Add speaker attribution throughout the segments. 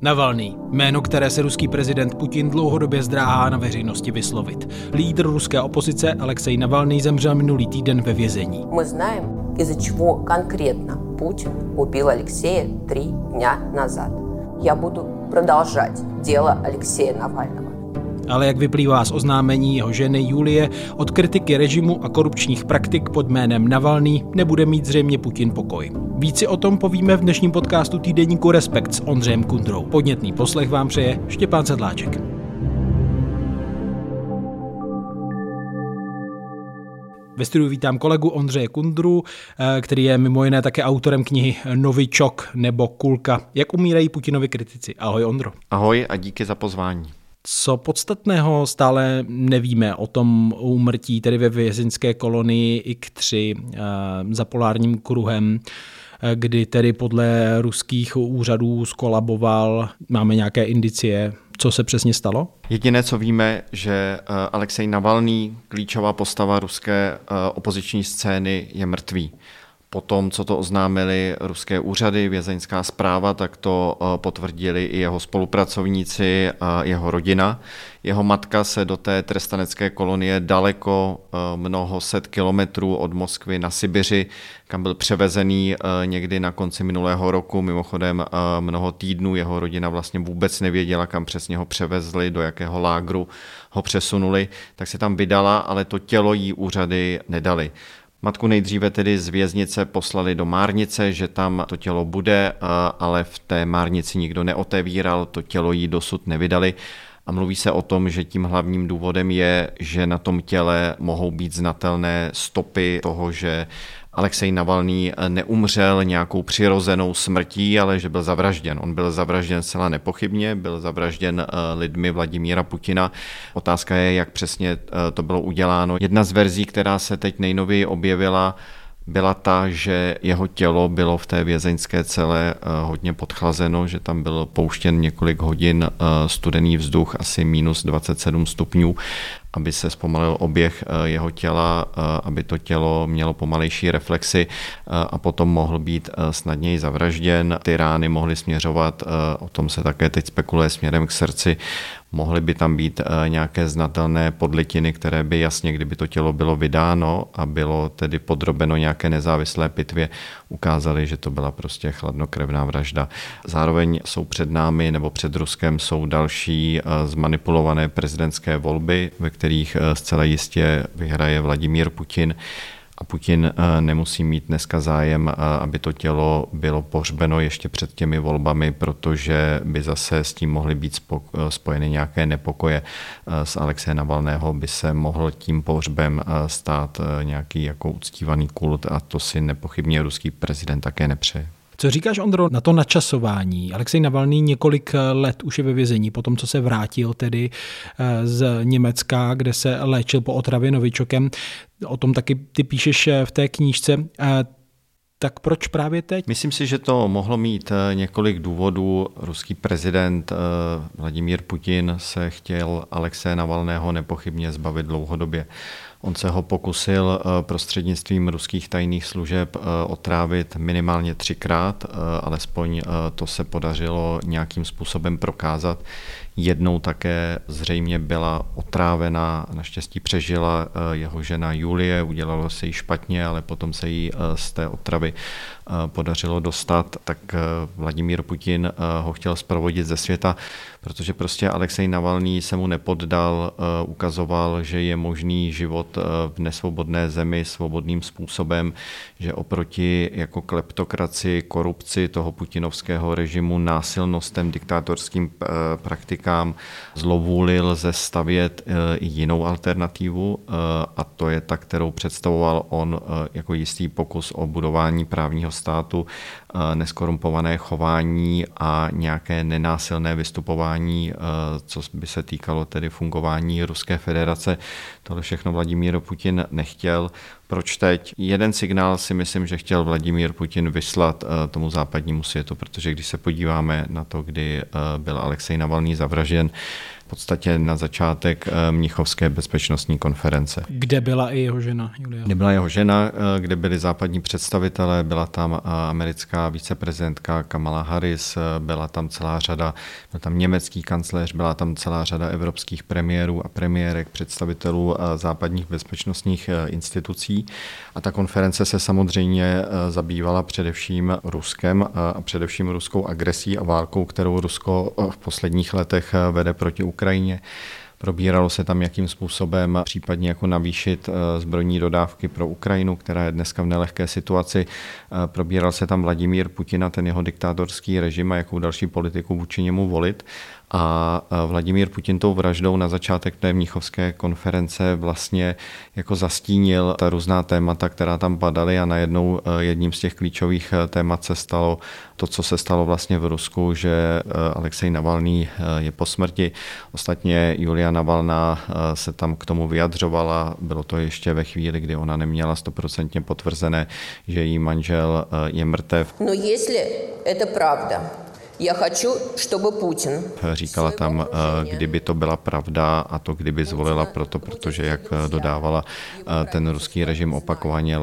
Speaker 1: Navalný, jméno, které se ruský prezident Putin dlouhodobě zdráhá na veřejnosti vyslovit. Lídr ruské opozice Alexej Navalný zemřel minulý týden ve vězení.
Speaker 2: My знаем, из-за чего конкретно Путин убил Алексея 3 дня назад. Я буду продолжать дело Алексея Навального.
Speaker 1: Ale jak vyplývá z oznámení jeho ženy Julie, od kritiky režimu a korupčních praktik pod jménem Navalný nebude mít zřejmě Putin pokoj. Víc o tom povíme v dnešním podcastu týdeníku Respekt s Ondřejem Kundrou. Podnětný poslech vám přeje Štěpán Sedláček. Ve studiu vítám kolegu Ondřeje Kundru, který je mimo jiné také autorem knihy Novičok nebo Kulka. Jak umírají Putinovi kritici? Ahoj Ondro.
Speaker 3: Ahoj a díky za pozvání.
Speaker 1: Co podstatného stále nevíme o tom úmrtí, tedy ve vězeňské kolonii IK3 za polárním kruhem, kdy tedy podle ruských úřadů skolaboval. Máme nějaké indicie, co se přesně stalo?
Speaker 3: Jediné, co víme, že Alexej Navalný, klíčová postava ruské opoziční scény, je mrtvý. Po tom, co to oznámili ruské úřady, vězeňská správa, tak to potvrdili i jeho spolupracovníci a jeho rodina. Jeho matka se do té trestanecké kolonie daleko mnoho set kilometrů od Moskvy na Sibiři, kam byl převezený někdy na konci minulého roku. Mimochodem mnoho týdnů jeho rodina vlastně vůbec nevěděla, kam přesně ho převezli, do jakého lágru ho přesunuli, tak se tam vydala, ale to tělo jí úřady nedali. Matku nejdříve tedy z věznice poslali do Márnice, že tam to tělo bude, ale v té Márnici nikdo neotevíral, to tělo jí dosud nevydali. A mluví se o tom, že tím hlavním důvodem je, že na tom těle mohou být znatelné stopy toho, že Alexej Navalný neumřel nějakou přirozenou smrtí, ale že byl zavražděn. On byl zavražděn zcela nepochybně, byl zavražděn lidmi Vladimíra Putina. Otázka je, jak přesně to bylo uděláno. Jedna z verzí, která se teď nejnověji objevila, byla ta, že jeho tělo bylo v té vězeňské cele hodně podchlazeno, že tam byl pouštěn několik hodin studený vzduch, asi minus 27 stupňů, aby se zpomalil oběh jeho těla, aby to tělo mělo pomalejší reflexy a potom mohl být snadněji zavražděn. Ty rány mohly směřovat, o tom se také teď spekuluje, směrem k srdci. Mohly by tam být nějaké znatelné podlitiny, které by jasně, kdyby to tělo bylo vydáno a bylo tedy podrobeno nějaké nezávislé pitvě, ukázaly, že to byla prostě chladnokrevná vražda. Zároveň jsou před námi nebo před Ruskem jsou další zmanipulované prezidentské volby, ve kterých zcela jistě vyhraje Vladimír Putin. A Putin nemusí mít dneska zájem, aby to tělo bylo pohřbeno ještě před těmi volbami, protože by zase s tím mohly být spojeny nějaké nepokoje. Z Alexeje Navalného by se mohl tím pohřbem stát nějaký jako uctívaný kult a to si nepochybně ruský prezident také nepřeje.
Speaker 1: Co říkáš, Ondro, na to načasování? Alexej Navalný několik let už je ve vězení, po tom, co se vrátil tedy z Německa, kde se léčil po otravě novičokem. O tom taky ty píšeš v té knížce. Tak proč právě teď?
Speaker 3: Myslím si, že to mohlo mít několik důvodů. Ruský prezident Vladimír Putin se chtěl Alexeje Navalného nepochybně zbavit dlouhodobě. On se ho pokusil prostřednictvím ruských tajných služeb otrávit minimálně 3krát, alespoň to se podařilo nějakým způsobem prokázat. Jednou také zřejmě byla otrávena, naštěstí přežila jeho žena Julie, udělalo se jí špatně, ale potom se jí z té otravy podařilo dostat, tak Vladimír Putin ho chtěl zprovodit ze světa, protože prostě Alexej Navalný se mu nepoddal, ukazoval, že je možný život v nesvobodné zemi svobodným způsobem, že oproti jako kleptokracii, korupci toho putinovského režimu, násilnostem, diktátorským praktikám, zlovůli lze stavět i jinou alternativu a to je ta, kterou představoval on jako jistý pokus o budování právního státu, neskorumpované chování a nějaké nenásilné vystupování, co by se týkalo tedy fungování Ruské federace. Tohle všechno Vladimír Putin nechtěl. Proč teď? Jeden signál si myslím, že chtěl Vladimír Putin vyslat tomu západnímu světu, protože když se podíváme na to, kdy byl Alexej Navalný zavražděn, podstatě na začátek Mnichovské bezpečnostní konference.
Speaker 1: Kde byla i jeho žena, Julia?
Speaker 3: Kde byla jeho žena, kde byli západní představitelé, byla tam americká viceprezidentka Kamala Harris, byla tam celá řada, byl tam německý kancléř, byla tam celá řada evropských premiérů a premiérek, představitelů západních bezpečnostních institucí. A ta konference se samozřejmě zabývala především Ruskem a především ruskou agresí a válkou, kterou Rusko v posledních letech vede proti Ukrajině. Probíralo se tam, jakým způsobem případně jako navýšit zbrojní dodávky pro Ukrajinu, která je dneska v nelehké situaci. Probíral se tam Vladimír Putin a ten jeho diktátorský režim a jakou další politiku vůči němu volit. A Vladimír Putin tou vraždou na začátek té Mnichovské konference vlastně jako zastínil ta různá témata, která tam padaly a najednou jedním z těch klíčových témat se stalo to, co se stalo vlastně v Rusku, že Alexej Navalný je po smrti. Ostatně Julia Navalná se tam k tomu vyjadřovala. Bylo to ještě ve chvíli, kdy ona neměla 100% potvrzené, že její manžel je mrtev.
Speaker 2: No jestli je to pravda, já chci, aby Putin...
Speaker 3: Říkala tam, kdyby to byla pravda a to kdyby zvolila protože jak dodávala, ten ruský režim opakovaně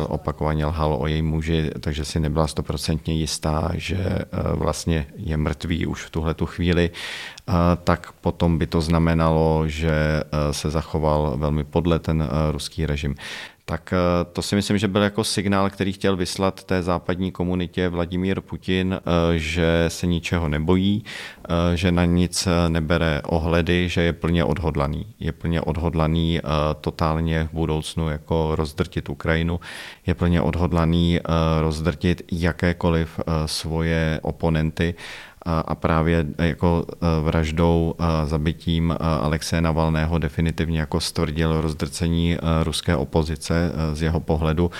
Speaker 3: lhal o její muži, takže si nebyla 100% jistá, že vlastně je mrtvý už v tuhletu chvíli, tak potom by to znamenalo, že se zachoval velmi podle ten ruský režim. Tak to si myslím, že byl jako signál, který chtěl vyslat té západní komunitě Vladimír Putin, že se ničeho nebojí, že na nic nebere ohledy, že je plně odhodlaný. Je plně odhodlaný totálně v budoucnu jako rozdrtit Ukrajinu, je plně odhodlaný rozdrtit jakékoliv svoje oponenty, a právě jako vraždou, zabitím Alexeje Navalného definitivně jako stvrdil rozdrcení ruské opozice z jeho pohledu.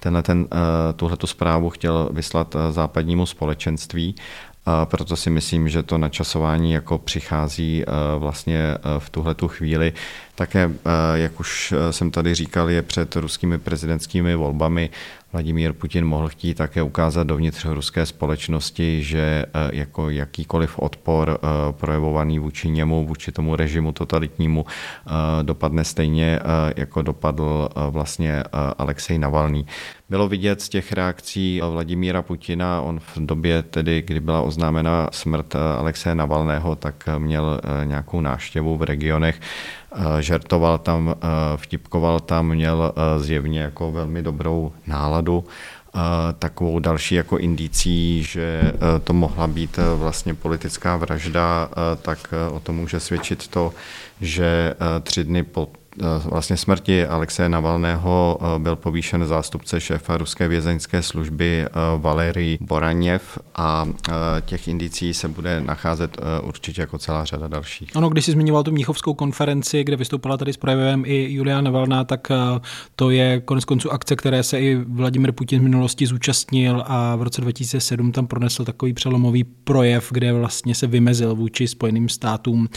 Speaker 3: Tuhletu zprávu chtěl vyslat západnímu společenství. Proto si myslím, že to načasování jako přichází vlastně v tuhletu chvíli. Také, jak už jsem tady říkal, je před ruskými prezidentskými volbami. Vladimír Putin mohl chtít také ukázat dovnitř ruské společnosti, že jako jakýkoliv odpor projevovaný vůči němu, vůči tomu režimu totalitnímu, dopadne stejně, jako dopadl vlastně Alexej Navalný. Bylo vidět z těch reakcí Vladimíra Putina, on v době tedy, kdy byla oznámena smrt Alexeje Navalného, tak měl nějakou návštěvu v regionech, žertoval tam, vtipkoval tam, měl zjevně jako velmi dobrou náladu. Takovou další jako indicí, že to mohla být vlastně politická vražda, tak o tom může svědčit to, že 3 dny po vlastně smrti Alexeje Navalného byl povýšen zástupce šéfa ruské vězeňské služby Valerij Boraněv a těch indicí se bude nacházet určitě jako celá řada dalších.
Speaker 1: Ano, když jsi zmiňoval tu Mnichovskou konferenci, kde vystoupila tady s projevem i Julia Navalná, tak to je koneckonců akce, které se i Vladimir Putin v minulosti zúčastnil a v roce 2007 tam pronesl takový přelomový projev, kde vlastně se vymezil vůči Spojeným státům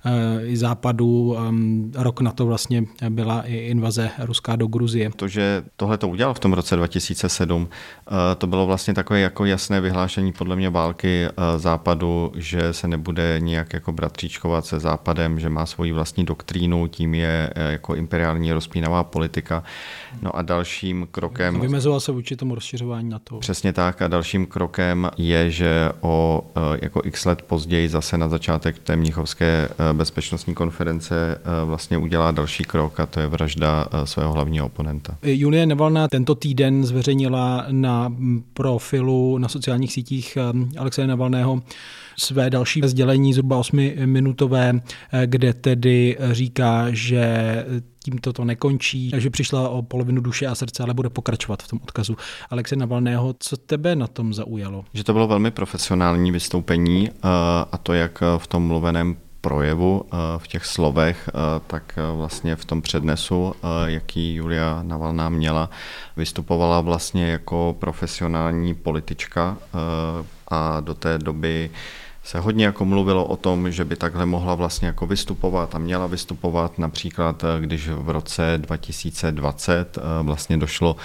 Speaker 1: i Západu. Rok na to vlastně byla i invaze ruská do Gruzie.
Speaker 3: To, že tohle to udělal v tom roce 2007, to bylo vlastně takové jako jasné vyhlášení podle mě války Západu, že se nebude nijak jako bratříčkovat se Západem, že má svoji vlastní doktrínu, tím je jako imperiální rozpínavá politika. No a dalším krokem...
Speaker 1: Vymezoval se vůči tomu rozšiřování NATO.
Speaker 3: Přesně tak a dalším krokem je, že o jako x let později zase na začátek té Mnichovské bezpečnostní konference vlastně udělá další krok a to je vražda svého hlavního oponenta.
Speaker 1: Julie Navalná tento týden zveřejnila na profilu na sociálních sítích Alexeje Navalného své další sdělení zhruba 8minutové, kde tedy říká, že tímto to nekončí, že přišla o polovinu duše a srdce, ale bude pokračovat v tom odkazu Alexeje Navalného. Co tebe na tom zaujalo?
Speaker 3: Že to bylo velmi profesionální vystoupení a to jak v tom mluveném projevu, v těch slovech, tak vlastně v tom přednesu, jaký Julia Navalná měla, vystupovala vlastně jako profesionální politička a do té doby se hodně jako mluvilo o tom, že by takhle mohla vlastně jako vystupovat a měla vystupovat, například když v roce 2020 vlastně došlo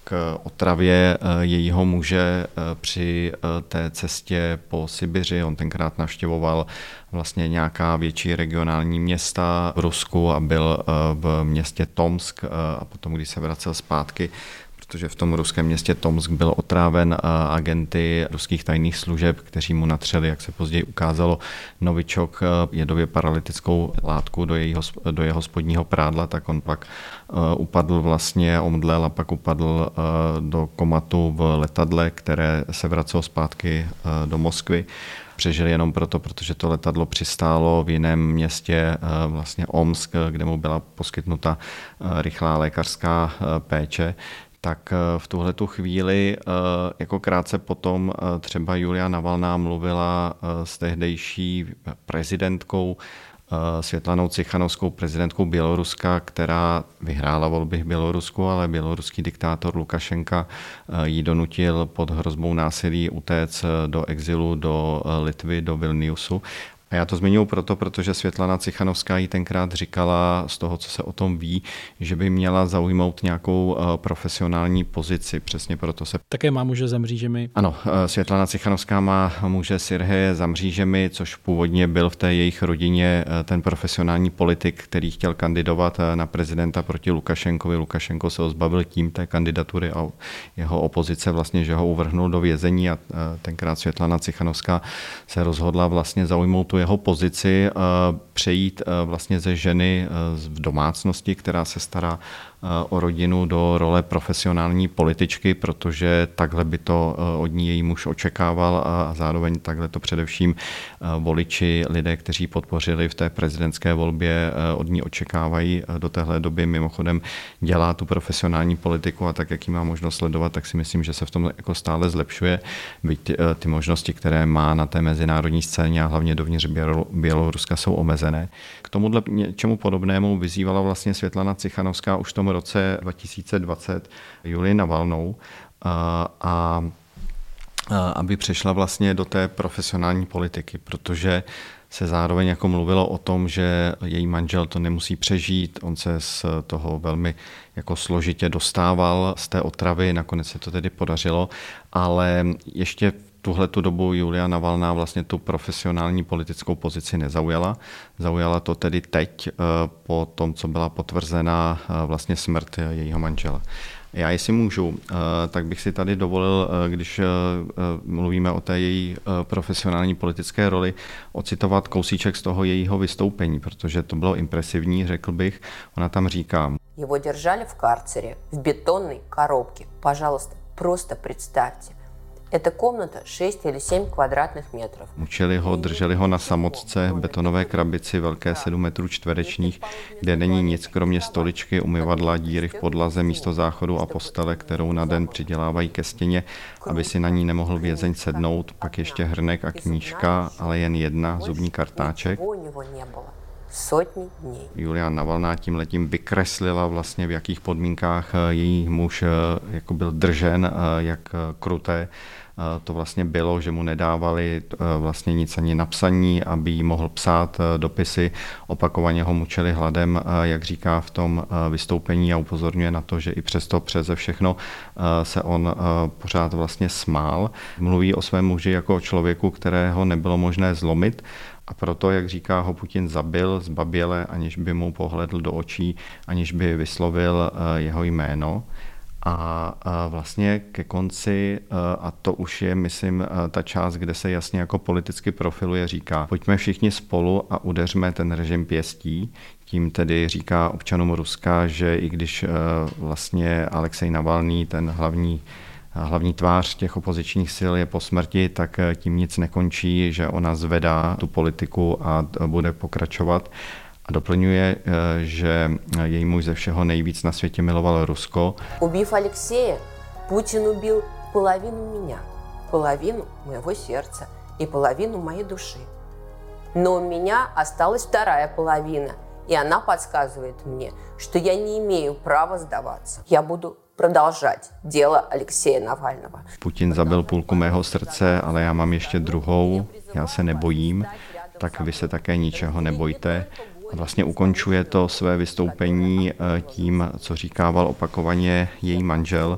Speaker 3: k otravě jejího muže při té cestě po Sibiři. On tenkrát navštěvoval vlastně nějaká větší regionální města v Rusku a byl v městě Tomsk a potom, když se vracel zpátky, protože v tom ruském městě Tomsk byl otráven agenty ruských tajných služeb, kteří mu natřeli, jak se později ukázalo, novičok, jedově paralytickou látku do jeho spodního prádla, tak on pak upadl vlastně, omdlel a pak upadl do komatu v letadle, které se vracelo zpátky do Moskvy. Přežil jenom proto, protože to letadlo přistálo v jiném městě, vlastně Omsk, kde mu byla poskytnuta rychlá lékařská péče. Tak v tuhletu chvíli, jako krátce potom, třeba Julia Navalná mluvila s tehdejší prezidentkou Světlanou Cichanovskou, prezidentkou Běloruska, která vyhrála volby v Bělorusku, ale běloruský diktátor Lukašenka ji donutil pod hrozbou násilí utéct do exilu do Litvy, do Vilniusu. A já to zmiňuji protože Světlana Cichanovská jí tenkrát říkala z toho, co se o tom ví, že by měla zaujmout nějakou profesionální pozici. Přesně proto se...
Speaker 1: Také má muže za mřížemi.
Speaker 3: Ano, Světlana Cichanovská má muže Serheje za mřížemi, což původně byl v té jejich rodině ten profesionální politik, který chtěl kandidovat na prezidenta proti Lukašenkovi. Lukašenko se ho zbavil tím té kandidatury a jeho opozice vlastně, že ho uvrhnul do vězení a tenkrát Světlana Cichanovská se rozhodla vlastně zaujmout tu jeho pozici, přejít vlastně ze ženy v domácnosti, která se stará o rodinu, do role profesionální političky, protože takhle by to od ní její muž očekával a zároveň takhle to především voliči, lidé, kteří podpořili v té prezidentské volbě, od ní očekávají. Do téhle doby mimochodem dělá tu profesionální politiku a tak, jak ji má možnost sledovat, tak si myslím, že se v tom jako stále zlepšuje. Byť ty možnosti, které má na té mezinárodní scéně a hlavně dovnitř Běloruska, jsou omezené. K tomuhle něčemu podobnému vyzývala vlastně Světlana Cichanovská už v tom roce 2020 Julii Navalnou, aby přešla vlastně do té profesionální politiky, protože se zároveň jako mluvilo o tom, že její manžel to nemusí přežít, on se z toho velmi jako složitě dostával z té otravy, nakonec se to tedy podařilo, ale ještě tuhletu dobu Julia Navalná vlastně tu profesionální politickou pozici nezaujala. Zaujala to tedy teď po tom, co byla potvrzena vlastně smrt jejího manžela. Já, jestli můžu, tak bych si tady dovolil, když mluvíme o té její profesionální politické roli, ocitovat kousíček z toho jejího vystoupení, protože to bylo impresivní, řekl bych. Ona tam říká.
Speaker 2: Его держали в карцере, в бетонной коробке. Пожалуйста, просто представьте. Это комната 6 или 7 kvadratních metrů.
Speaker 3: Mučili ho, drželi ho na samotce v betonové krabici velké 7 metrů čtverečních, kde není nic kromě stoličky, umyvadla, díry v podlaze, místo záchodu a postele, kterou na den přidělávají ke stěně, aby si na ní nemohl vězeň sednout, pak ještě hrnek a knížka, ale jen jedna, zubní kartáček. Julia Navalná tímhletím vykreslila vlastně, v jakých podmínkách její muž jako byl držen, jak kruté to vlastně bylo, že mu nedávali vlastně nic ani napsaní, aby jí mohl psát dopisy. Opakovaně ho mučili hladem, jak říká v tom vystoupení, a upozorňuje na to, že i přesto přeze všechno se on pořád vlastně smál. Mluví o svém muži jako o člověku, kterého nebylo možné zlomit, a proto, jak říká, ho Putin zabil zbaběle, aniž by mu pohledl do očí, aniž by vyslovil jeho jméno. A vlastně ke konci, a to už je, myslím, ta část, kde se jasně jako politicky profiluje, říká: pojďme všichni spolu a udeřme ten režim pěstí. Tím tedy říká občanům Ruska, že i když vlastně Alexej Navalný, ten hlavní tvář těch opozičních sil, je po smrti, tak tím nic nekončí, že ona zvedá tu politiku a bude pokračovat. A doplňuje, že její muž ze všeho nejvíc na světě miloval Rusko.
Speaker 2: Убив Алексея, Путин убил половину меня, половину моего сердца и половину моей души. Но у меня осталась вторая половина, и она подсказывает мне, что я не имею права сдаваться. Я буду продолжать дело Алексея Навального.
Speaker 3: Putin zabil půlku mého srdce, ale já mám ještě druhou, já se nebojím, tak vy se také ničeho nebojte. Vlastně ukončuje to své vystoupení tím, co říkával opakovaně její manžel,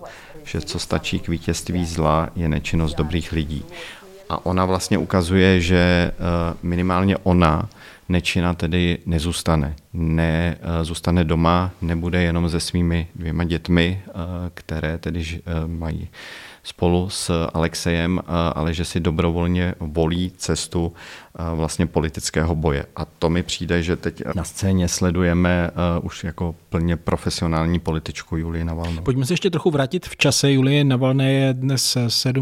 Speaker 3: že co stačí k vítězství zla, je nečinnost dobrých lidí. A ona vlastně ukazuje, že minimálně ona nečina tedy nezůstane. Zůstane doma, nebude jenom se svými 2 dětmi, které tedy mají spolu s Alexejem, ale že si dobrovolně volí cestu vlastně politického boje. A to mi přijde, že teď na scéně sledujeme už jako plně profesionální političku Julii Navalnou.
Speaker 1: Pojďme se ještě trochu vrátit v čase. Julie Navalné je dnes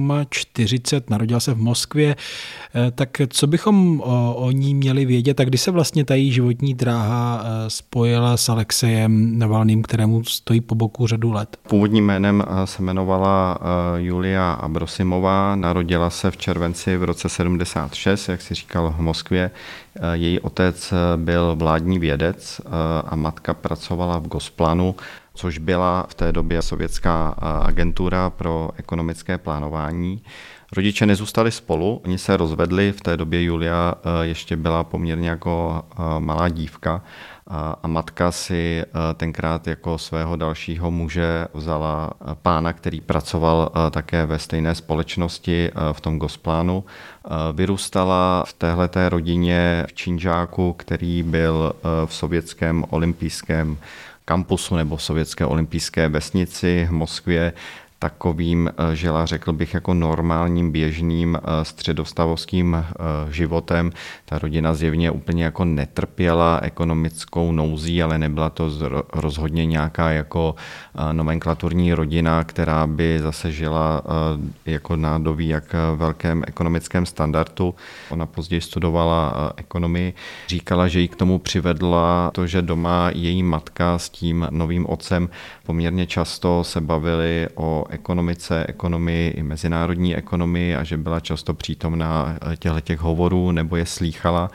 Speaker 1: 47, narodila se v Moskvě. Tak co bychom o ní měli vědět? A kdy se vlastně ta její životní dráha spojila s Alexejem Navalným, kterému stojí po boku řadu let?
Speaker 3: Původním jménem se jmenovala Julia Abrosimová, narodila se v červenci v roce 76, jak si říkal, v Moskvě. Její otec byl vládní vědec a matka pracovala v Gosplánu, což byla v té době sovětská agentura pro ekonomické plánování. Rodiče nezůstali spolu, oni se rozvedli, v té době Julia ještě byla poměrně jako malá dívka a matka si tenkrát jako svého dalšího muže vzala pána, který pracoval také ve stejné společnosti v tom Gosplánu. Vyrůstala v téhleté rodině v Činžáku, který byl v sovětském olympijském kampusu nebo v sovětské olympijské vesnici v Moskvě, takovým žila, řekl bych, jako normálním, běžným středostavovským životem. Ta rodina zjevně úplně jako netrpěla ekonomickou nouzí, ale nebyla to rozhodně nějaká jako nomenklaturní rodina, která by zase žila jako na doví jak velkém ekonomickém standardu. Ona později studovala ekonomii. Říkala, že jí k tomu přivedla to, že doma její matka s tím novým otcem poměrně často se bavili o ekonomice, ekonomii i mezinárodní ekonomii a že byla často přítomná těch hovorů nebo je slýchala.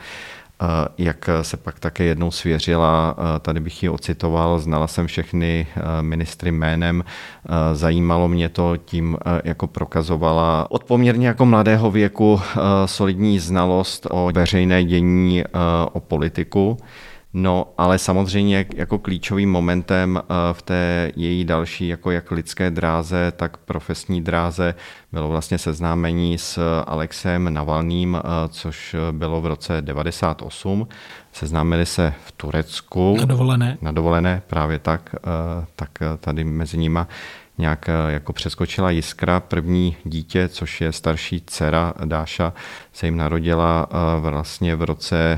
Speaker 3: Jak se pak také jednou svěřila, tady bych ji ocitoval, znala jsem všechny ministry jménem, zajímalo mě to, tím jako prokazovala od poměrně jako mladého věku solidní znalost o veřejné dění, o politiku. No, ale samozřejmě jako klíčovým momentem v té její další jako jak lidské dráze, tak profesní dráze bylo vlastně seznámení s Alexejem Navalným, což bylo v roce 98. Seznámili se v Turecku. Na dovolené, právě tak. Tak tady mezi nima nějak jako přeskočila jiskra. První dítě, což je starší dcera Dáša, se jim narodila vlastně v roce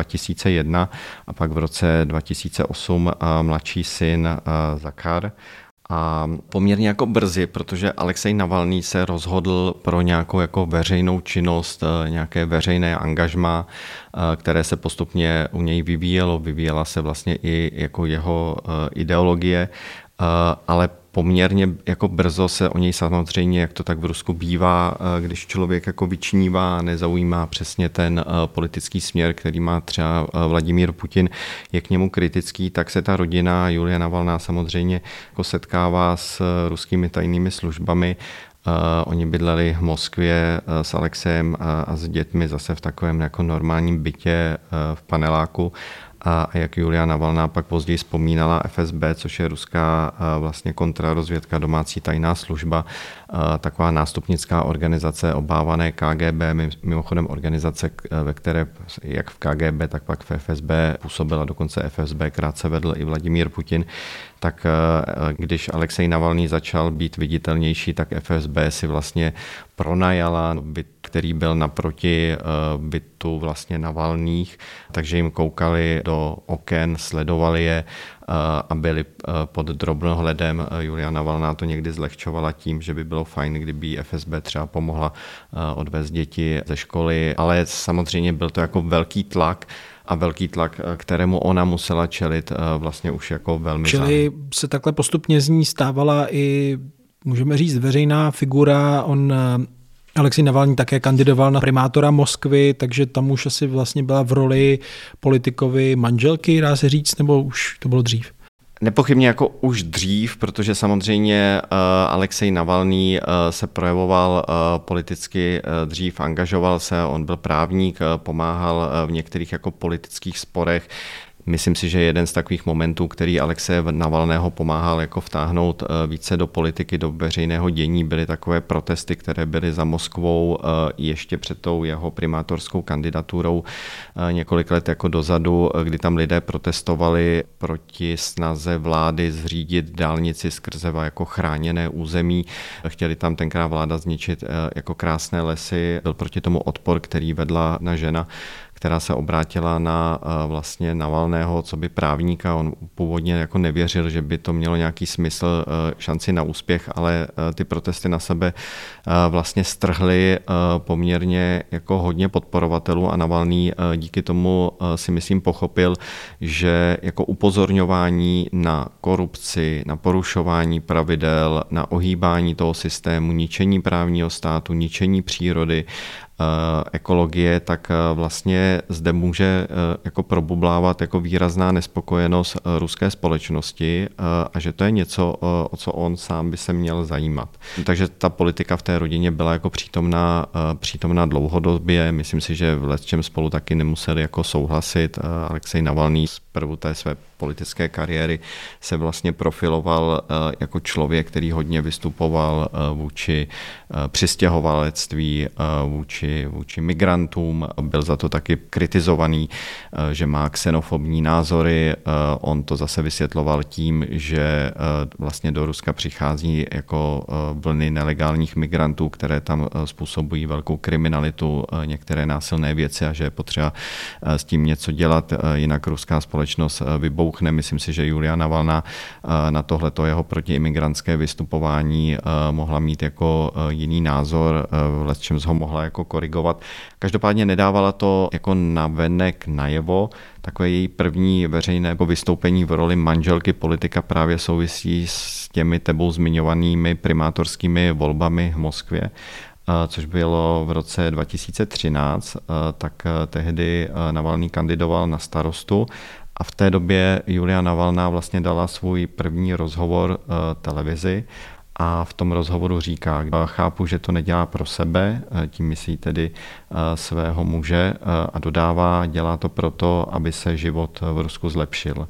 Speaker 3: 2001 a pak v roce 2008 mladší syn Zakar. A poměrně jako brzy, protože Alexej Navalný se rozhodl pro nějakou jako veřejnou činnost, nějaké veřejné angažmá, které se postupně u něj vyvíjelo. Vyvíjela se vlastně i jako jeho ideologie, ale poměrně jako brzo se o něj samozřejmě, jak to tak v Rusku bývá, když člověk jako vyčnívá, nezaujímá přesně ten politický směr, který má třeba Vladimír Putin, je k němu kritický, tak se ta rodina Julia Navalná samozřejmě jako setkává s ruskými tajnými službami. Oni bydleli v Moskvě s Alexejem a s dětmi zase v takovém jako normálním bytě v paneláku. A jak Julia Navalná pak později vzpomínala, FSB, což je ruská vlastně kontrarozvědka, domácí tajná služba, taková nástupnická organizace obávané KGB, mimochodem organizace, ve které jak v KGB, tak pak v FSB působila, dokonce FSB krátce vedl i Vladimír Putin, tak když Alexej Navalný začal být viditelnější, tak FSB si vlastně pronajala byt, který byl naproti bytu vlastně Navalných, takže jim koukali do oken, sledovali je a byli pod drobnohledem. Julia Navalná to někdy zlehčovala tím, že by bylo fajn, kdyby FSB třeba pomohla odvést děti ze školy, ale samozřejmě byl to jako velký tlak, kterému ona musela čelit vlastně už jako velmi záhy.
Speaker 1: Čili se takhle postupně z ní stávala i, můžeme říct, veřejná figura. Alexej Navalný také kandidoval na primátora Moskvy, takže tam už asi vlastně byla v roli politikovy manželky, dá se říct, nebo už to bylo dřív?
Speaker 3: Nepochybně jako už dřív, protože samozřejmě Alexej Navalný se projevoval politicky dřív, angažoval se, on byl právník, pomáhal v některých jako politických sporech. Myslím si, že jeden z takových momentů, který Alexeje Navalného pomáhal jako vtáhnout více do politiky, do veřejného dění, byly takové protesty, které byly za Moskvou ještě před tou jeho primátorskou kandidaturou několik let jako dozadu, kdy tam lidé protestovali proti snaze vlády zřídit dálnici skrze jako chráněné území. Chtěli tam tenkrát vláda zničit jako krásné lesy. Byl proti tomu odpor, který vedla jedna žena, která se obrátila na vlastně Navalného, co by právníka. On původně jako nevěřil, že by to mělo nějaký smysl, šanci na úspěch, ale ty protesty na sebe vlastně strhly poměrně jako hodně podporovatelů a Navalný díky tomu si myslím pochopil, že jako upozorňování na korupci, na porušování pravidel, na ohýbání toho systému, ničení právního státu, ničení přírody, ekologie, tak vlastně zde může jako probublávat jako výrazná nespokojenost ruské společnosti a že to je něco, o co on sám by se měl zajímat. Takže ta politika v té rodině byla jako přítomná dlouhodobě. Myslím si, že v lecčem spolu taky nemuseli jako souhlasit. Alexej Navalný zprvu té své politické kariéry se vlastně profiloval jako člověk, který hodně vystupoval vůči přistěhovalectví, vůči migrantům. Byl za to taky kritizovaný, že má xenofobní názory. On to zase vysvětloval tím, že vlastně do Ruska přichází jako vlny nelegálních migrantů, které tam způsobují velkou kriminalitu, některé násilné věci a že je potřeba s tím něco dělat, jinak ruská společnost vybouchne. Myslím si, že Julia Navalná na tohleto jeho protiimigrantské vystupování mohla mít jako jiný názor, v lecčems ho mohla jako korigovat. Každopádně nedávala to jako navenek najevo. Takové její první veřejné vystoupení v roli manželky politika právě souvisí s těmi tebou zmiňovanými primátorskými volbami v Moskvě, což bylo v roce 2013, tak tehdy Navalný kandidoval na starostu a v té době Julia Navalná vlastně dala svůj první rozhovor televizi a v tom rozhovoru říká, chápu, že to nedělá pro sebe, tím myslí tedy svého muže a dodává, dělá to proto, aby se život v Rusku zlepšil.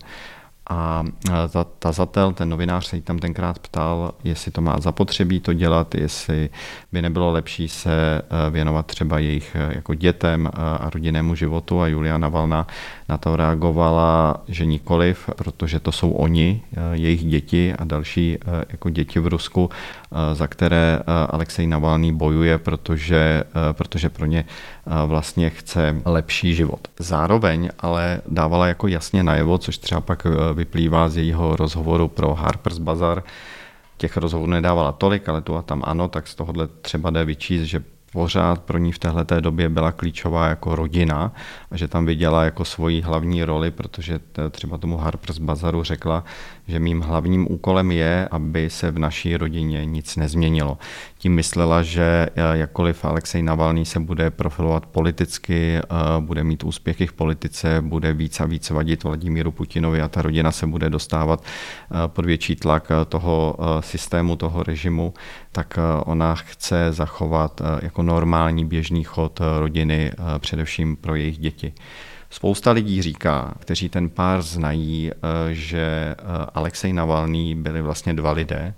Speaker 3: A tazatel, ten novinář se jí tam tenkrát ptal, jestli to má zapotřebí to dělat, jestli by nebylo lepší se věnovat třeba jejich jako dětem a rodinnému životu a Julia Navalná na to reagovala, že nikoliv, protože to jsou oni, jejich děti a další jako děti v Rusku, za které Alexej Navalný bojuje, protože pro ně vlastně chce lepší život. Zároveň ale dávala jako jasně najevo, což třeba pak vyplývá z jejího rozhovoru pro Harper's Bazaar. Těch rozhovorů nedávala tolik, ale tu a tam ano, tak z tohohle třeba jde vyčíst, že pořád pro ní v téhleté době byla klíčová jako rodina a že tam viděla jako svoji hlavní roli, protože třeba tomu Harper's Bazaaru řekla, že mým hlavním úkolem je, aby se v naší rodině nic nezměnilo. Tím myslela, že jakkoliv Alexej Navalný se bude profilovat politicky, bude mít úspěchy v politice, bude víc a víc vadit Vladimíru Putinovi a ta rodina se bude dostávat pod větší tlak toho systému, toho režimu, tak ona chce zachovat jako normální běžný chod rodiny, především pro jejich děti. Spousta lidí říká, kteří ten pár znají, že Alexej Navalný byli vlastně dva lidé,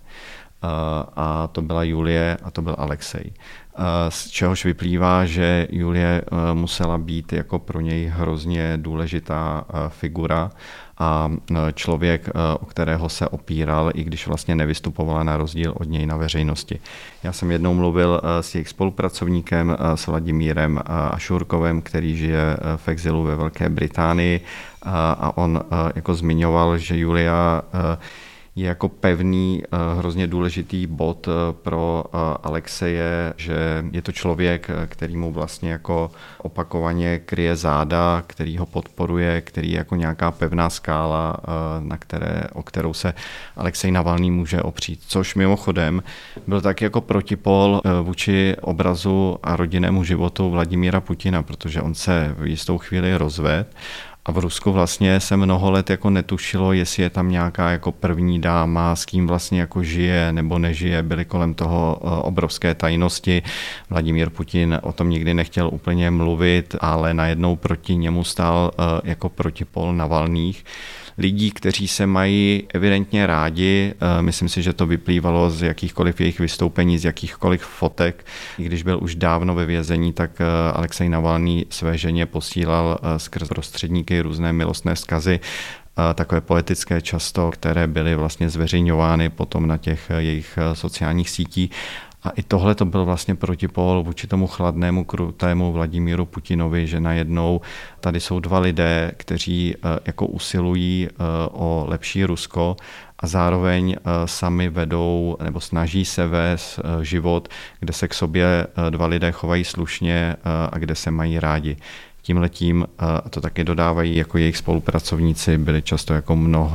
Speaker 3: a to byla Julie a to byl Alexej. Z čehož vyplývá, že Julie musela být jako pro něj hrozně důležitá figura a člověk, o kterého se opíral, i když vlastně nevystupovala na rozdíl od něj na veřejnosti. Já jsem jednou mluvil s jejich spolupracovníkem, s Vladimírem Ašurkovem, který žije v exilu ve Velké Británii a on jako zmiňoval, že Julia je jako pevný, hrozně důležitý bod pro Alexeje, že je to člověk, který mu vlastně jako opakovaně kryje záda, který ho podporuje, který je jako nějaká pevná skála, o kterou se Alexej Navalný může opřít. Což mimochodem byl taky jako protipol vůči obrazu a rodinnému životu Vladimíra Putina, protože on se v jistou chvíli rozvedl A v Rusku vlastně se mnoho let jako netušilo, jestli je tam nějaká jako první dáma, s kým vlastně jako žije nebo nežije. Byly kolem toho obrovské tajnosti. Vladimír Putin o tom nikdy nechtěl úplně mluvit, ale najednou proti němu stál jako protipol Navalných. Lidí, kteří se mají evidentně rádi, myslím si, že to vyplývalo z jakýchkoliv jejich vystoupení, z jakýchkoliv fotek. I když byl už dávno ve vězení, tak Alexej Navalný své ženě posílal skrz prostředníky různé milostné vzkazy, takové poetické často, které byly vlastně zveřejňovány potom na těch jejich sociálních sítích. A i tohle to byl vlastně protipól vůči tomu chladnému, krutému Vladimíru Putinovi, že najednou tady jsou dva lidé, kteří jako usilují o lepší Rusko a zároveň sami vedou nebo snaží se vést život, kde se k sobě dva lidé chovají slušně a kde se mají rádi. Tímhletím, a to taky dodávají jako jejich spolupracovníci, byli často jako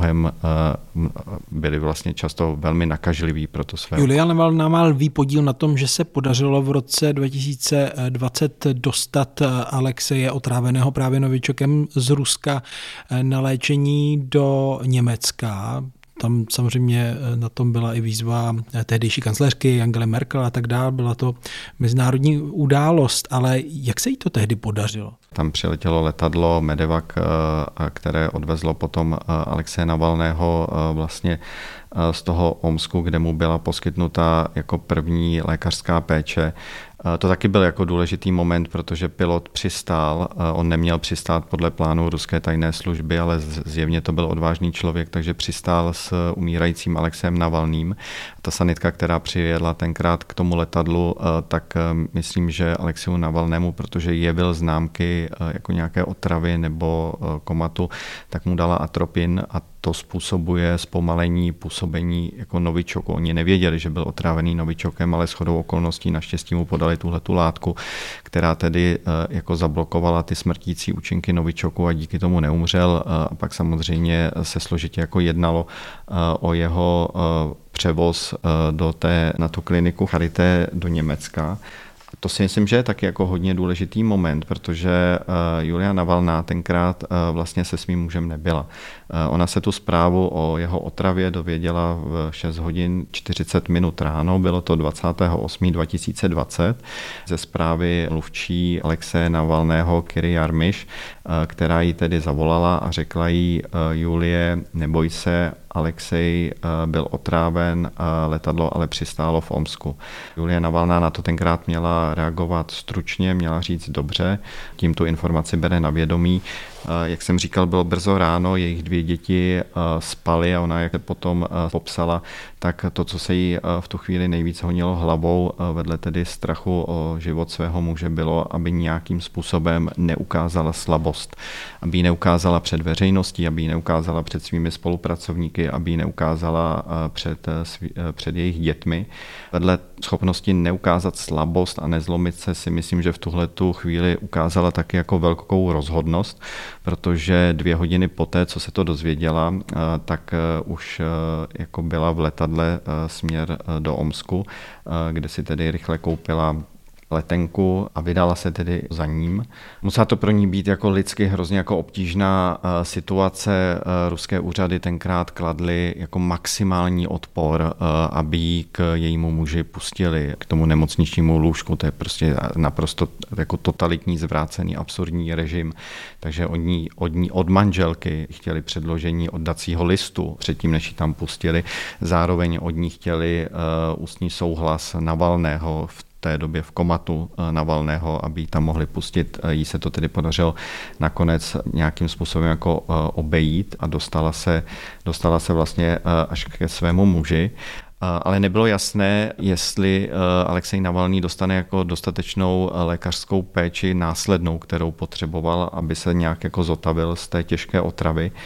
Speaker 3: byli vlastně často velmi nakažliví pro to své.
Speaker 1: Julia Navalná má lví podíl na tom, že se podařilo v roce 2020 dostat Alexeje otráveného právě novičokem z Ruska na léčení do Německa. Tam samozřejmě na tom byla i výzva tehdejší kancléřky Angely Merkel a tak dále. Byla to mezinárodní událost, ale jak se jí to tehdy podařilo?
Speaker 3: Tam přiletělo letadlo Medevac, které odvezlo potom Alexeje Navalného vlastně z toho Omsku, kde mu byla poskytnuta jako první lékařská péče. To taky byl jako důležitý moment, protože pilot přistál, on neměl přistát podle plánu ruské tajné služby, ale zjevně to byl odvážný člověk, takže přistál s umírajícím Alexejem Navalným. Ta sanitka, která přijedla tenkrát k tomu letadlu, tak myslím, že Alexeju Navalnému, protože jevil známky jako nějaké otravy nebo komatu, tak mu dala atropin a to způsobuje zpomalení působení jako novičoku. Oni nevěděli, že byl otrávený novičokem, ale shodou okolností naštěstí mu podali tuhletu látku, která tedy jako zablokovala ty smrtící účinky novičoku a díky tomu neumřel. A pak samozřejmě se složitě jako jednalo o jeho převoz na tu kliniku Charité do Německa. To si myslím, že je taky jako hodně důležitý moment, protože Julia Navalná tenkrát vlastně se svým mužem nebyla. Ona se tu zprávu o jeho otravě dověděla v 6 hodin 40 minut ráno, bylo to 28. 2020, ze zprávy mluvčí Alexeje Navalného Kyry Jarmiš, která jí tedy zavolala a řekla jí: Julie, neboj se, Alexej byl otráven, letadlo ale přistálo v Omsku. Julia Navalná na to tenkrát měla reagovat stručně, měla říct dobře, tím tu informaci bere na vědomí. Jak jsem říkal, bylo brzo ráno, jejich 2 děti spaly a ona, jak se potom popsala, tak to, co se jí v tu chvíli nejvíc honilo hlavou, vedle tedy strachu o život svého muže, bylo, aby nějakým způsobem neukázala slabost, aby ji neukázala před veřejností, aby ji neukázala před svými spolupracovníky, aby ji neukázala před jejich dětmi. Vedle schopnosti neukázat slabost a nezlomit se, si myslím, že v tuhletu chvíli ukázala taky jako velkou rozhodnost, protože 2 hodiny poté, co se to dozvěděla, tak už jako byla v letadle směr do Omsku, kde si tedy rychle koupila letenku a vydala se tedy za ním. Musela to pro ní být jako lidsky hrozně jako obtížná situace. Ruské úřady tenkrát kladly jako maximální odpor, aby ji k jejímu muži pustili k tomu nemocničnímu lůžku. To je prostě naprosto jako totalitní, zvrácený, absurdní režim. Takže od manželky chtěli předložení oddacího listu předtím, než ji tam pustili. Zároveň od ní chtěli ústní souhlas Navalného v té době v komatu Navalného, aby ji tam mohli pustit. Jí se to tedy podařilo nakonec nějakým způsobem jako obejít a dostala se vlastně až ke svému muži. Ale nebylo jasné, jestli Alexej Navalný dostane jako dostatečnou lékařskou péči následnou, kterou potřeboval, aby se nějak jako zotavil z té těžké otravy. V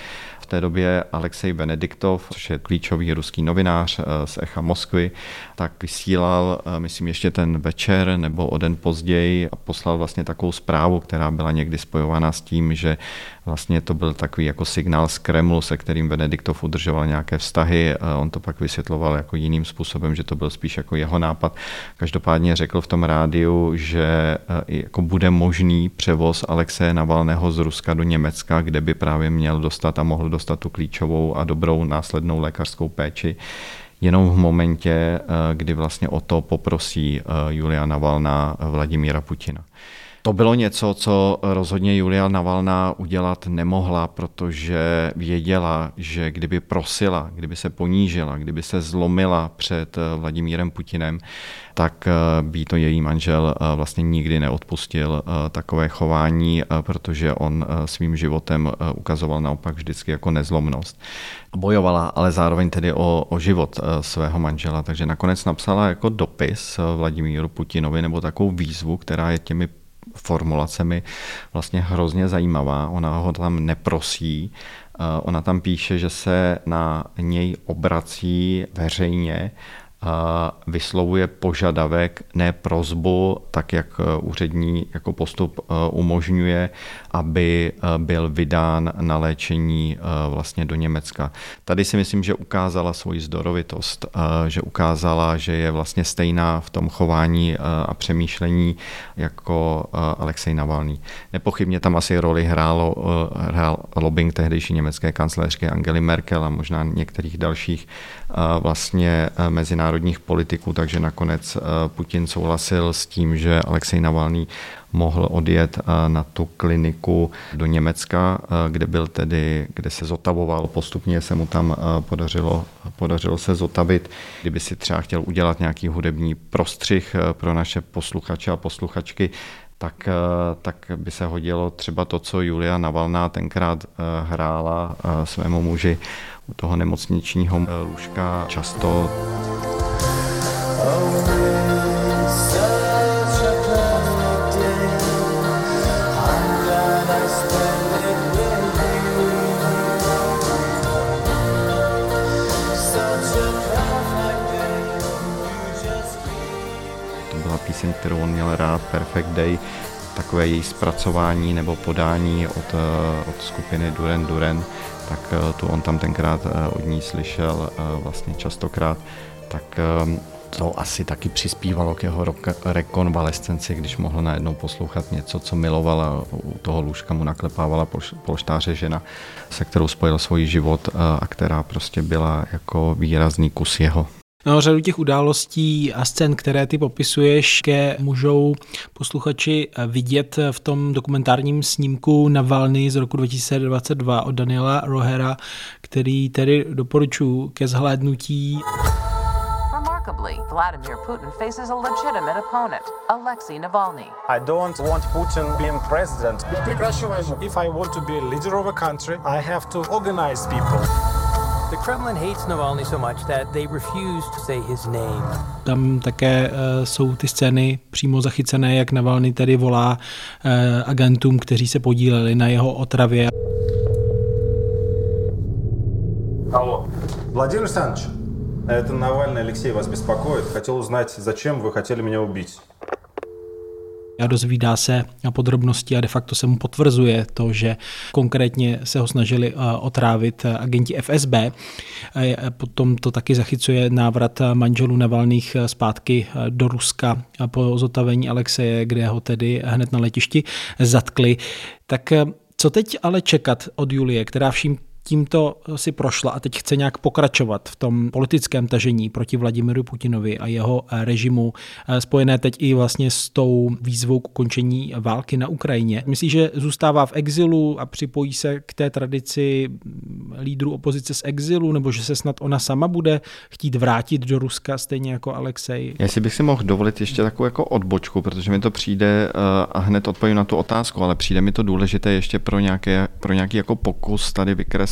Speaker 3: té době Alexej Venediktov, což je klíčový ruský novinář z Echa Moskvy, tak vysílal, myslím, ještě ten večer nebo o den později a poslal vlastně takovou zprávu, která byla někdy spojována s tím, že vlastně to byl takový jako signál z Kremlu, se kterým Venediktov udržoval nějaké vztahy. On to pak vysvětloval jako jiným způsobem, že to byl spíš jako jeho nápad. Každopádně řekl v tom rádiu, že jako bude možný převoz Alexeje Navalného z Ruska do Německa, kde by právě měl dostat a mohl dostat tu klíčovou a dobrou následnou lékařskou péči. Jenom v momentě, kdy vlastně o to poprosí Julia Navalná Vladimíra Putina. To bylo něco, co rozhodně Julia Navalná udělat nemohla, protože věděla, že kdyby prosila, kdyby se ponížila, kdyby se zlomila před Vladimírem Putinem, tak by to její manžel vlastně nikdy neodpustil takové chování, protože on svým životem ukazoval naopak vždycky jako nezlomnost. Bojovala ale zároveň tedy o život svého manžela, takže nakonec napsala jako dopis Vladimíru Putinovi nebo takovou výzvu, která je těmi formulacemi vlastně hrozně zajímavá. Ona ho tam neprosí, ona tam píše, že se na něj obrací veřejně, vyslovuje požadavek, ne prosbu, tak jak úřední jako postup umožňuje, aby byl vydán na léčení vlastně do Německa. Tady si myslím, že ukázala svoji zdorovitost, že ukázala, že je vlastně stejná v tom chování a přemýšlení jako Alexej Navalný. Nepochybně tam asi roli hrál lobbying tehdejší německé kancléřky Angely Merkel a možná některých dalších vlastně mezinárodních politiků, takže nakonec Putin souhlasil s tím, že Alexej Navalný mohl odjet na tu kliniku do Německa, kde se zotavoval. Postupně se mu tam podařilo se zotavit. Kdyby si třeba chtěl udělat nějaký hudební prostřih pro naše posluchače a posluchačky, tak by se hodilo třeba to, co Julia Navalná tenkrát hrála svému muži u toho nemocničního lůžka často. To byla píseň, kterou on měl rád, Perfect Day, takové její zpracování nebo podání od skupiny Duran Duran, tak tu on tam tenkrát od ní slyšel vlastně častokrát, tak to asi taky přispívalo k jeho rekonvalescenci, když mohl najednou poslouchat něco, co milovala. U toho lůžka mu naklepávala polštáře žena, se kterou spojil svůj život a která prostě byla jako výrazný kus jeho.
Speaker 1: No, řadu těch událostí a scén, které ty popisuješ, můžou posluchači vidět v tom dokumentárním snímku Navalny z roku 2022 od Daniela Rohera, který tedy doporučuji ke zhlédnutí.
Speaker 4: Vladimir Putin faces a legitimate opponent, Alexei Navalny. I don't want Putin being president. If I want to be a leader of a country, I have to organize people.
Speaker 5: The Kremlin hates Navalny so much that they refuse to say his name.
Speaker 1: Tam také jsou ty scény přímo zachycené, jak Navalny tedy volá agentům, kteří se podíleli na jeho otravě.
Speaker 6: Алло. Владимир Александрович, это Навальный Алексей вас беспокоит. Хотел узнать, зачем вы хотели меня убить.
Speaker 1: A dozvídá se na podrobnosti a de facto se mu potvrzuje to, že konkrétně se ho snažili otrávit agenti FSB. Potom to taky zachycuje návrat manželů Navalných zpátky do Ruska po zotavení Alexeje, kde ho tedy hned na letišti zatkli. Tak co teď ale čekat od Julie, která vším tímto si prošla a teď chce nějak pokračovat v tom politickém tažení proti Vladimiru Putinovi a jeho režimu, spojené teď i vlastně s tou výzvou k ukončení války na Ukrajině. Myslíš, že zůstává v exilu a připojí se k té tradici lídrů opozice z exilu, nebo že se snad ona sama bude chtít vrátit do Ruska, stejně jako Alexej?
Speaker 3: Jestli bych si mohl dovolit ještě takovou jako odbočku, protože mi to přijde a hned odpovím na tu otázku, ale přijde mi to důležité ještě pro nějaký jako pokus tady vykreslit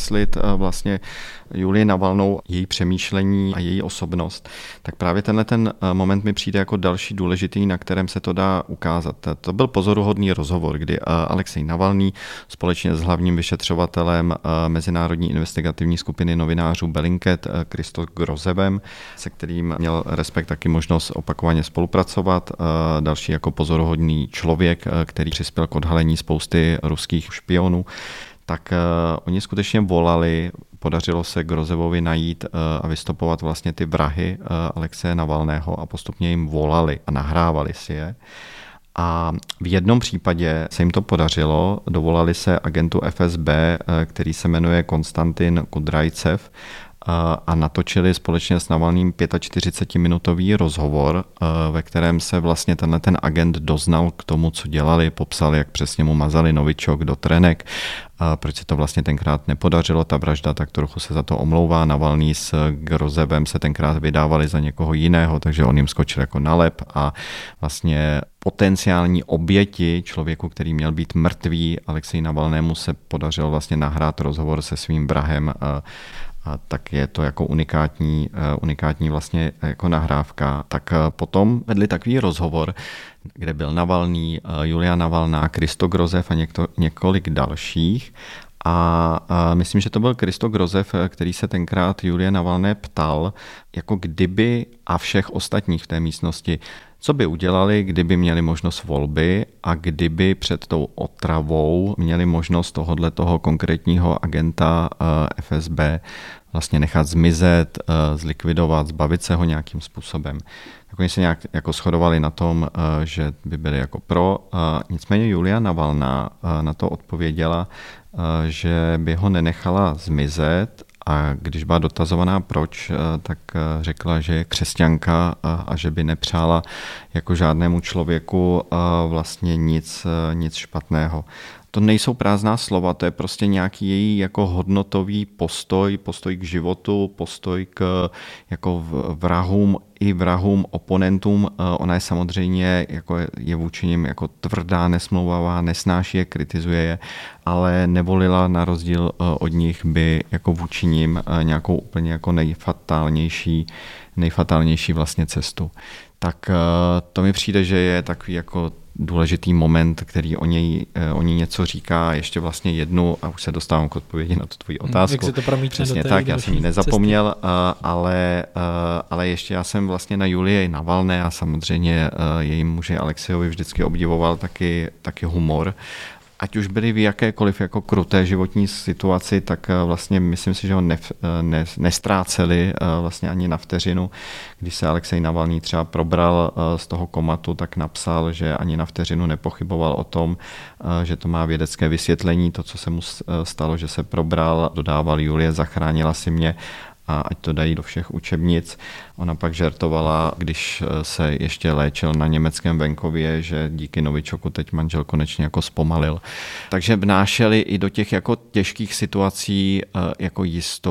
Speaker 3: okreslit vlastně Julii Navalnou, její přemýšlení a její osobnost, tak právě tenhle ten moment mi přijde jako další důležitý, na kterém se to dá ukázat. To byl pozoruhodný rozhovor, kdy Alexej Navalný společně s hlavním vyšetřovatelem Mezinárodní investigativní skupiny novinářů Bellingcat Christo Grozevem, se kterým měl Respekt taky možnost opakovaně spolupracovat, další jako pozoruhodný člověk, který přispěl k odhalení spousty ruských špionů, tak oni skutečně volali, podařilo se Grozevovi najít a vystopovat vlastně ty vrahy Alexeje Navalného a postupně jim volali a nahrávali si je. A v jednom případě se jim to podařilo, dovolali se agentu FSB, který se jmenuje Konstantin Kudrajcev, a natočili společně s Navalným 45-minutový rozhovor, ve kterém se vlastně ten agent doznal k tomu, co dělali, popsal, jak přesně mu mazali novičok do trenek, proč se to vlastně tenkrát nepodařilo, ta vražda, tak trochu se za to omlouvá. Navalný s Grozevem se tenkrát vydávali za někoho jiného, takže on jim skočil jako na lep a vlastně potenciální oběti člověku, který měl být mrtvý, Alexeji Navalnému, se podařilo vlastně nahrát rozhovor se svým vrahem, a tak je to jako unikátní vlastně jako nahrávka. Tak potom vedli takový rozhovor, kde byl Navalný, Julia Navalná, Christo Grozev a několik dalších. A myslím, že to byl Christo Grozev, který se tenkrát Julie Navalné ptal, jako kdyby a všech ostatních v té místnosti, co by udělali, kdyby měli možnost volby a kdyby před tou otravou měli možnost toho konkrétního agenta FSB vlastně nechat zmizet, zlikvidovat, zbavit se ho nějakým způsobem. Tak oni se nějak jako shodovali na tom, že by byli jako pro. Nicméně Julia Navalná na to odpověděla, že by ho nenechala zmizet, a když byla dotazovaná proč, tak řekla, že je křesťanka a že by nepřála jako žádnému člověku vlastně nic špatného. To nejsou prázdná slova, to je prostě nějaký její jako hodnotový postoj k životu, postoj k jako vrahům, oponentům. Ona je samozřejmě jako je vůči nim jako tvrdá, nesmlouvavá, nesnáší je, kritizuje je, ale nevolila na rozdíl od nich by jako vůči nim nějakou úplně jako nejfatálnější vlastně cestu. Tak to mi přijde, že je takový jako důležitý moment, který o ní něco říká, ještě vlastně jednu, a už se dostávám k odpovědi na tu tvoji otázku.
Speaker 1: Jak se to promítne do té
Speaker 3: tak, já jsem ji nezapomněl, ale ještě já jsem vlastně na Julii Navalné a samozřejmě jejím muži Alexejovi vždycky obdivoval taky humor. Ať už byli v jakékoliv jako kruté životní situaci, tak vlastně myslím si, že ho nestráceli vlastně ani na vteřinu. Když se Alexej Navalný třeba probral z toho komatu, tak napsal, že ani na vteřinu nepochyboval o tom, že to má vědecké vysvětlení, to, co se mu stalo, že se probral, dodával Julie, zachránila si mě, a ať to dají do všech učebnic. Ona pak žertovala, když se ještě léčil na německém venkově, že díky novičoku teď manžel konečně jako zpomalil. Takže vnášeli i do těch jako těžkých situací jako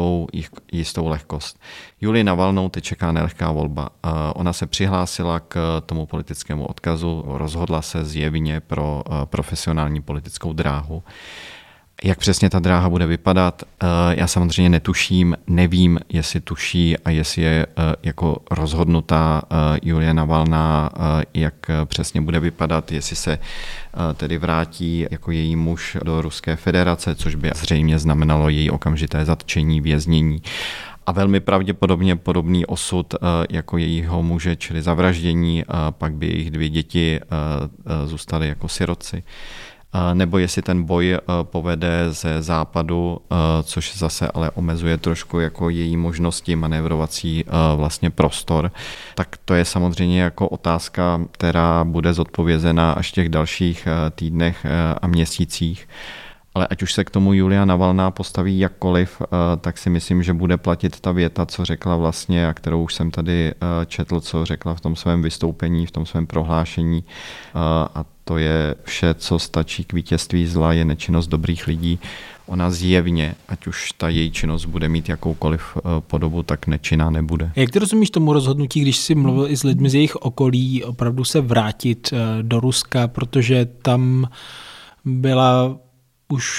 Speaker 3: jistou lehkost. Julii Navalnou teď čeká nelehká volba. Ona se přihlásila k tomu politickému odkazu, rozhodla se zjevně pro profesionální politickou dráhu. Jak přesně ta dráha bude vypadat, já samozřejmě netuším, nevím, jestli tuší a jestli je jako rozhodnutá Julia Navalná, jak přesně bude vypadat, jestli se tedy vrátí jako její muž do Ruské federace, což by zřejmě znamenalo její okamžité zatčení, věznění. A velmi pravděpodobně podobný osud jako jejího muže, čili zavraždění, pak by jejich 2 děti zůstaly jako sirotci. Nebo jestli ten boj povede ze západu, což zase ale omezuje trošku jako její možnosti, manévrovací vlastně prostor, tak to je samozřejmě jako otázka, která bude zodpovězena až v těch dalších týdnech a měsících. Ale ať už se k tomu Julia Navalná postaví jakkoliv, tak si myslím, že bude platit ta věta, co řekla vlastně, a kterou už jsem tady četl, co řekla v tom svém vystoupení, v tom svém prohlášení. A to je vše, co stačí k vítězství zla, je nečinnost dobrých lidí. Ona zjevně, ať už ta její činnost bude mít jakoukoliv podobu, tak nečinná nebude.
Speaker 1: Jak ty rozumíš tomu rozhodnutí, když jsi mluvil i s lidmi z jejich okolí, opravdu se vrátit do Ruska, protože tam byla už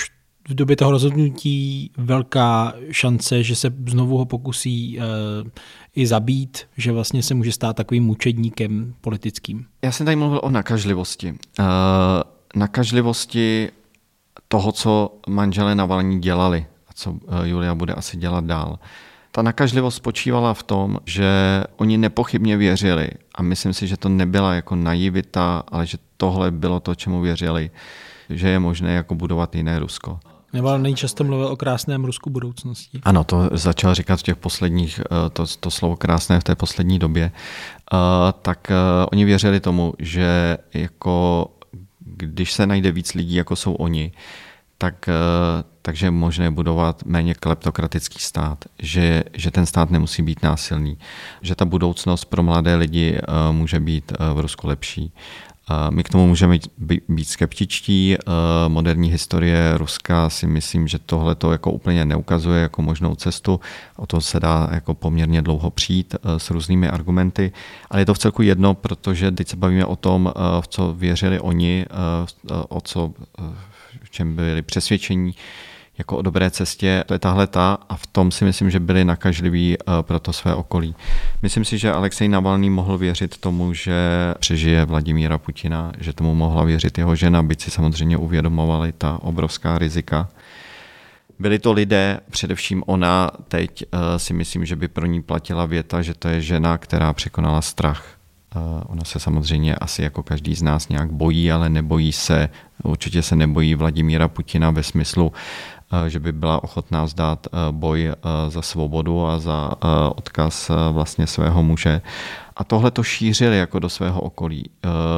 Speaker 1: v době toho rozhodnutí velká šance, že se znovu ho pokusí i zabít, že vlastně se může stát takovým mučedníkem politickým.
Speaker 3: Já jsem tady mluvil o nakažlivosti. Nakažlivosti toho, co manželé Navalní dělali a co Julia bude asi dělat dál. Ta nakažlivost spočívala v tom, že oni nepochybně věřili a myslím si, že to nebyla jako naivita, ale že tohle bylo to, čemu věřili, že je možné jako budovat jiné Rusko.
Speaker 1: Navalný často mluvil o krásném Rusku budoucnosti.
Speaker 3: Ano, to začal říkat v těch posledních, to slovo krásné v té poslední době. Tak oni věřili tomu, že když se najde víc lidí, jako jsou oni, takže je možné budovat méně kleptokratický stát, že ten stát nemusí být násilný, že ta budoucnost pro mladé lidi může být v Rusku lepší. My k tomu můžeme být skeptičtí. Moderní historie Ruska si myslím, že tohle to jako úplně neukazuje jako možnou cestu. O to se dá jako poměrně dlouho přijít s různými argumenty, ale je to vcelku jedno, protože teď se bavíme o tom, v co věřili oni, v čem byli přesvědčení jako o dobré cestě, to je tahleta a v tom si myslím, že byli nakažliví pro to své okolí. Myslím si, že Alexej Navalný mohl věřit tomu, že přežije Vladimíra Putina, že tomu mohla věřit jeho žena, byť si samozřejmě uvědomovali ta obrovská rizika. Byli to lidé, především ona, teď si myslím, že by pro ní platila věta, že to je žena, která překonala strach. Ona se samozřejmě asi jako každý z nás nějak bojí, ale určitě se nebojí Vladimíra Putina ve smyslu, že by byla ochotná vzdát boj za svobodu a za odkaz vlastně svého muže. A tohle to šířili jako do svého okolí.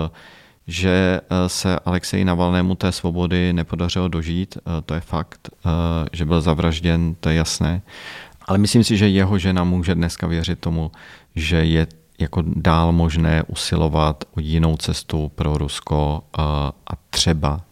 Speaker 3: Že se Alexeji Navalnému té svobody nepodařilo dožít, to je fakt. Že byl zavražděn, to je jasné. Ale myslím si, že jeho žena může dneska věřit tomu, že je jako dál možné usilovat o jinou cestu pro Rusko a třeba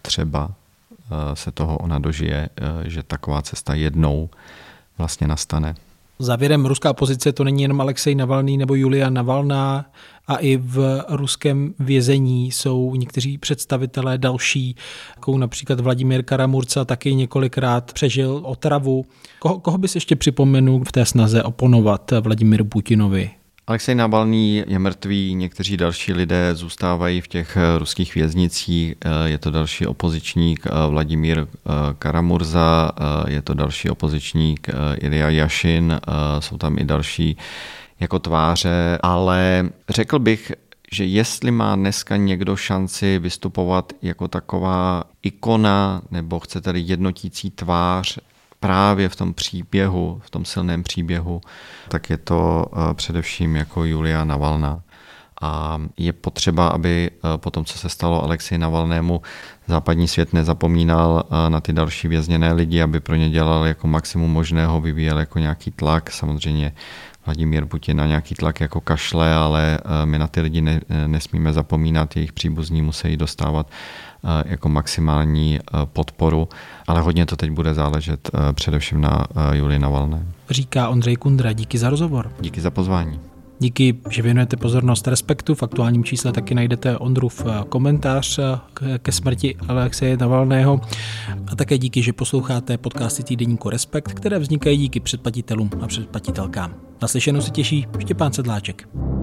Speaker 3: se toho ona dožije, že taková cesta jednou vlastně nastane.
Speaker 1: Závěrem, ruská opozice to není jenom Alexej Navalný nebo Julia Navalná a i v ruském vězení jsou někteří představitelé další, jako například Vladimír Kara-Murza taky několikrát přežil otravu. Koho bys ještě připomenul v té snaze oponovat Vladimíru Putinovi?
Speaker 3: Alexej Navalný je mrtvý, někteří další lidé zůstávají v těch ruských věznicích. Je to další opozičník Vladimír Kara-Murza, je to další opozičník Ilja Jašin, jsou tam i další jako tváře, ale řekl bych, že jestli má dneska někdo šanci vystupovat jako taková ikona, nebo chcete-li jednotící tvář právě v tom příběhu, v tom silném příběhu, tak je to především jako Julia Navalná. A je potřeba, aby po tom, co se stalo Alexeji Navalnému, západní svět nezapomínal na ty další vězněné lidi, aby pro ně dělal jako maximum možného, vyvíjel jako nějaký tlak. Samozřejmě Vladimír Putin na nějaký tlak jako kašle, ale my na ty lidi nesmíme zapomínat, jejich příbuzní musí dostávat jako maximální podporu, ale hodně to teď bude záležet především na Julii Navalné.
Speaker 1: Říká Ondřej Kundra, díky za rozhovor.
Speaker 3: Díky za pozvání.
Speaker 1: Díky, že věnujete pozornost Respektu. V aktuálním čísle taky najdete Ondrův komentář ke smrti Alexeje Navalného. A také díky, že posloucháte podcasty týdeníku Respekt, které vznikají díky předplatitelům a předplatitelkám. Naslyšenou se těší Štěpán Sedláček.